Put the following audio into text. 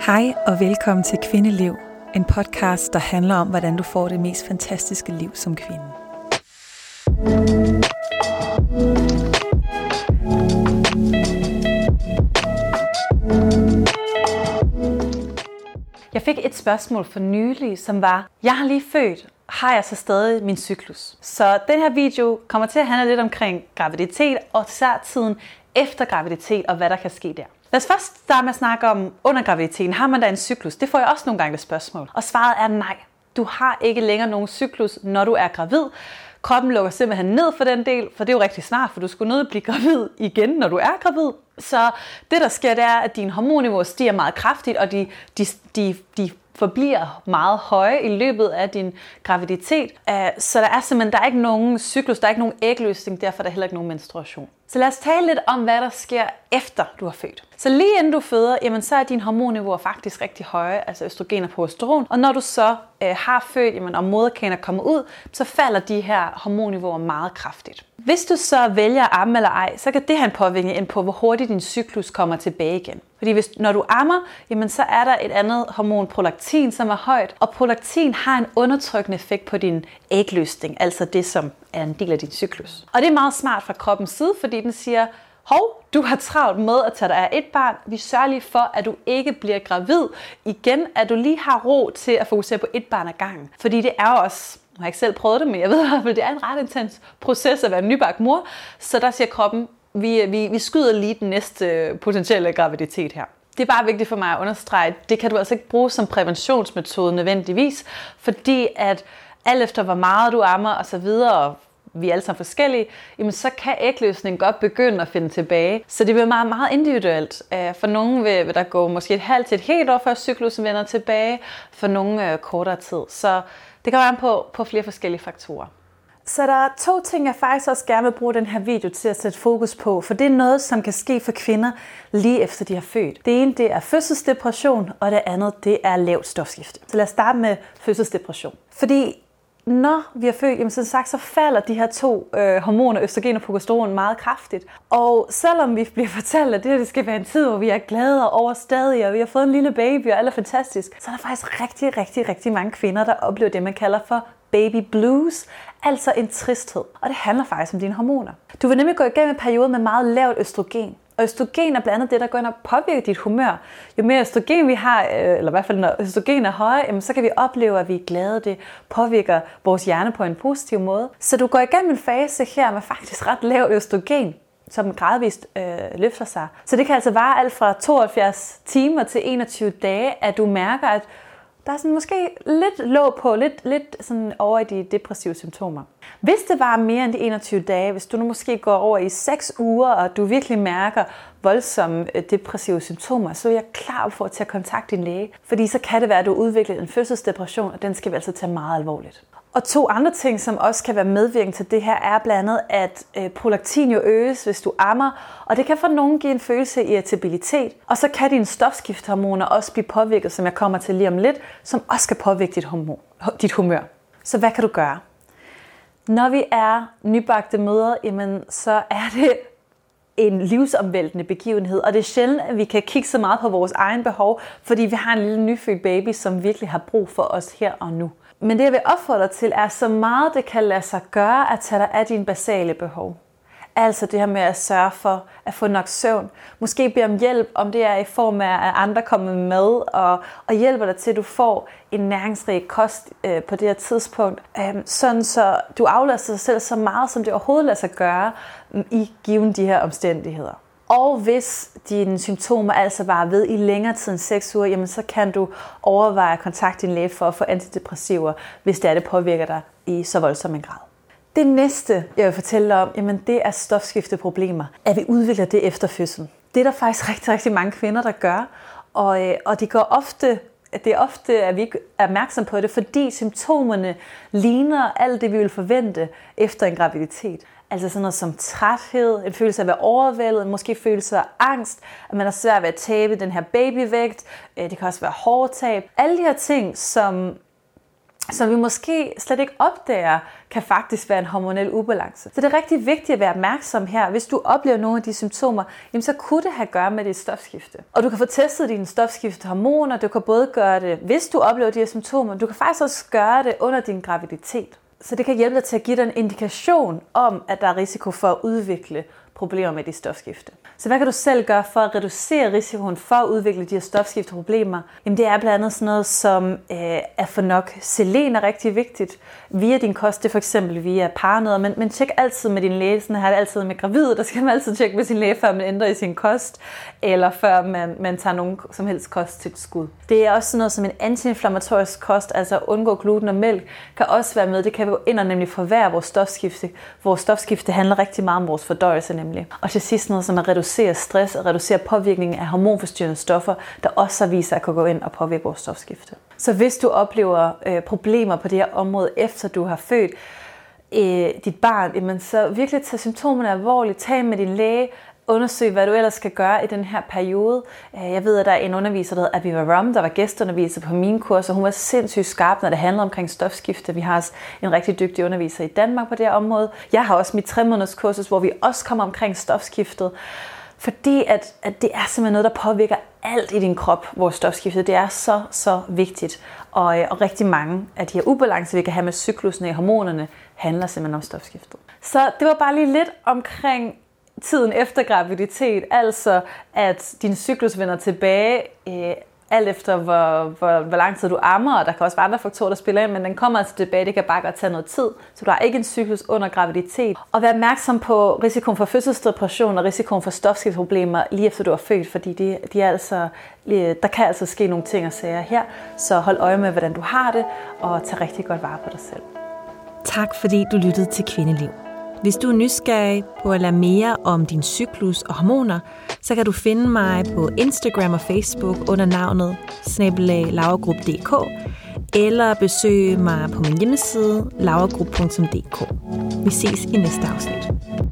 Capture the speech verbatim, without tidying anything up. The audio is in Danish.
Hej og velkommen til Kvindeliv, en podcast, der handler om, hvordan du får det mest fantastiske liv som kvinde. Jeg fik et spørgsmål for nylig, som var, jeg har lige født, har jeg så stadig min cyklus? Så den her video kommer til at handle lidt omkring graviditet og især tiden efter graviditet og hvad der kan ske der. Lad os først starte med at snakke om under graviditeten. Har man da en cyklus? Det får jeg også nogle gange det spørgsmål. Og svaret er nej. Du har ikke længere nogen cyklus, når du er gravid. Kroppen lukker simpelthen ned for den del, for det er jo rigtig snart, for du skulle nødt blive gravid igen, når du er gravid. Så det, der sker, det er, at dine hormonniveauer stiger meget kraftigt, og de, de, de, de forbliver meget høje i løbet af din graviditet. Så der er simpelthen der er ikke nogen cyklus, der er ikke nogen ægløsning, derfor er der heller ikke nogen menstruation. Så lad os tale lidt om, hvad der sker efter du har født. Så lige inden du føder, jamen, så er dine hormonniveauer faktisk rigtig høje, altså østrogen og progesteron. Og når du så øh, har født, jamen, og moderkagen er kommet ud, så falder de her hormonniveauer meget kraftigt. Hvis du så vælger at amme eller ej, så kan det have en påvirkning ind på, hvor hurtigt din cyklus kommer tilbage igen. Fordi hvis, når du ammer, jamen, så er der et andet hormon, prolaktin, som er højt. Og prolaktin har en undertrykkende effekt på din ægløsning, altså det, som er en del af din cyklus. Og det er meget smart fra kroppens side, fordi den siger, hov, du har travlt med at tage dig af et barn. Vi sørger lige for, at du ikke bliver gravid igen, at du lige har ro til at fokusere på et barn ad gangen. Fordi det er jo også, jeg har ikke selv prøvet det, men jeg ved i hvert fald, det er en ret intens proces at være en nybagt mor. Så der siger kroppen, vi, vi, vi skyder lige den næste potentielle graviditet her. Det er bare vigtigt for mig at understrege, det kan du altså ikke bruge som præventionsmetode nødvendigvis, fordi at alt efter hvor meget du ammer og så videre, og vi er alle sammen forskellige, jamen så kan ægløsningen godt begynde at finde tilbage. Så det bliver meget, meget individuelt. For nogle vil, vil der gå måske et halvt til et helt år, før cyklusen vender tilbage. For nogle øh, kortere tid. Så det kan være på, på flere forskellige faktorer. Så der er to ting, jeg faktisk også gerne vil bruge den her video til at sætte fokus på. For det er noget, som kan ske for kvinder lige efter de har født. Det ene, det er fødselsdepression, og det andet, det er lavt stofskifte. Så lad os starte med fødselsdepression. Fordi når vi har født, jamen, som sagt, så falder de her to øh, hormoner, østrogen og progesteron, meget kraftigt. Og selvom vi bliver fortalt, at det her det skal være en tid, hvor vi er glade og overstadige, og vi har fået en lille baby, og alt er fantastisk, så er der faktisk rigtig, rigtig, rigtig mange kvinder, der oplever det, man kalder for baby blues, altså en tristhed. Og det handler faktisk om dine hormoner. Du vil nemlig gå igennem en periode med meget lavt østrogen. Og østrogen er blandt andet det, der går ind og påvirker dit humør. Jo mere østrogen vi har, eller i hvert fald når østrogen er høj, så kan vi opleve, at vi er glade. Det påvirker vores hjerne på en positiv måde. Så du går igennem en fase her med faktisk ret lavt østrogen, som gradvist øh, løfter sig. Så det kan altså vare alt fra tooghalvfjerds timer til enogtyve dage, at du mærker, at der er sådan måske lidt låg på, lidt, lidt sådan over i de depressive symptomer. Hvis det var mere end de enogtyve dage, hvis du nu måske går over i seks uger, og du virkelig mærker voldsomme depressive symptomer, så er jeg klar for at tage kontakt din læge. Fordi så kan det være, at du udvikler en fødselsdepression, og den skal vi altså tage meget alvorligt. Og to andre ting, som også kan være medvirkende til det her, er blandt andet, at øh, prolaktin jo øges, hvis du ammer, og det kan for nogen give en følelse af irritabilitet. Og så kan dine stofskiftehormoner også blive påvirket, som jeg kommer til lige om lidt, som også kan påvirke dit, hormon, dit humør. Så hvad kan du gøre? Når vi er nybagte mødre, jamen, så er det en livsomvæltende begivenhed, og det er sjældent, at vi kan kigge så meget på vores egen behov, fordi vi har en lille nyfødt baby, som virkelig har brug for os her og nu. Men det, jeg vil opfordre dig til, er så meget det kan lade sig gøre at tage dig af dine basale behov. Altså det her med at sørge for at få nok søvn. Måske bede om hjælp, om det er i form af, at andre kommer med og, og hjælper dig til, at du får en næringsrig kost øh, på det her tidspunkt. Øh, sådan så du aflaster dig selv så meget, som det overhovedet lader sig gøre øh, i given de her omstændigheder. Og hvis dine symptomer altså var ved i længere tid end seks uger, jamen så kan du overveje at kontakte din læge for at få antidepressiver, hvis det er, det påvirker dig i så voldsom en grad. Det næste, jeg vil fortælle dig om, jamen det er stofskifteproblemer. At vi udvikler det efter fødslen. Det er der faktisk rigtig, rigtig mange kvinder, der gør. Og, og det går ofte, det er ofte, at vi ikke er opmærksom på det, fordi symptomerne ligner alt det, vi vil forvente efter en graviditet. Altså sådan noget som træthed, en følelse af at være overvældet, måske følelse af angst, at man er svært ved at tabe den her babyvægt, det kan også være hårtab. Alle de her ting, som som vi måske slet ikke opdager, kan faktisk være en hormonel ubalance. Så det er rigtig vigtigt at være opmærksom her. Hvis du oplever nogle af de symptomer, jamen så kunne det have at gøre med dit stofskifte. Og du kan få testet dine stofskiftehormoner. Du kan både gøre det, hvis du oplever de her symptomer. Du kan faktisk også gøre det under din graviditet. Så det kan hjælpe dig til at give dig en indikation om, at der er risiko for at udvikle problemer med dit stofskifte. Så hvad kan du selv gøre for at reducere risikoen for at udvikle de her stofskifteproblemer? Jamen det er blandt andet sådan noget som øh, at få nok selen er rigtig vigtigt via din kost. Det er for eksempel via parnødder, men, men tjek altid med din læge. Sådan her er det altid med gravide. Der skal man altid tjekke med sin læge, før man ændrer i sin kost, eller før man, man tager nogen som helst kost til et skud. Det er også sådan noget som en antiinflammatorisk kost, altså at undgå gluten og mælk, kan også være med. Det kan gå ind og nemlig forværre vores stofskifte. Vores stofskifte handler rigtig meget om vores fordøjelse nemlig. Og til sidst noget som at reducere stress og reducere påvirkningen af hormonforstyrrende stoffer, der også har vist sig at kunne gå ind og påvirke vores stofskifte. Så hvis du oplever øh, problemer på det her område, efter du har født øh, dit barn, jamen, så virkelig tage symptomerne alvorligt, tag med din læge, undersøg, hvad du ellers skal gøre i den her periode. Jeg ved, at der er en underviser, der hedder Abiva Rum, der var gæstunderviser på mine kurser. Hun var sindssygt skarp, når det handler omkring stofskifte. Vi har også en rigtig dygtig underviser i Danmark på det her område. Jeg har også mit tre måneders kursus, hvor vi også kommer omkring stofskiftet. Fordi at, at det er simpelthen noget, der påvirker alt i din krop, vores stofskifte. Det er så, så vigtigt. Og, og rigtig mange af de her ubalancer, vi kan have med cyklusen i hormonerne, handler simpelthen om stofskiftet. Så det var bare lige lidt omkring tiden efter graviditet, altså at din cyklus vender tilbage, øh, alt efter hvor, hvor, hvor lang tid du ammer, og der kan også være andre faktorer, der spiller ind, men den kommer altså tilbage, det kan bare godt tage noget tid, så du har ikke en cyklus under graviditet. Og vær opmærksom på risikoen for fødselsdepression og risikoen for stofskifteproblemer lige efter du er født, fordi de, de er altså, der kan altså ske nogle ting og sager her, så hold øje med, hvordan du har det, og tag rigtig godt vare på dig selv. Tak fordi du lyttede til Kvindeliv. Hvis du er nysgerrig på at lære mere om din cyklus og hormoner, så kan du finde mig på Instagram og Facebook under navnet snabel-a lauragrup punktum d k eller besøge mig på min hjemmeside lauragrup punktum d k. Vi ses i næste afsnit.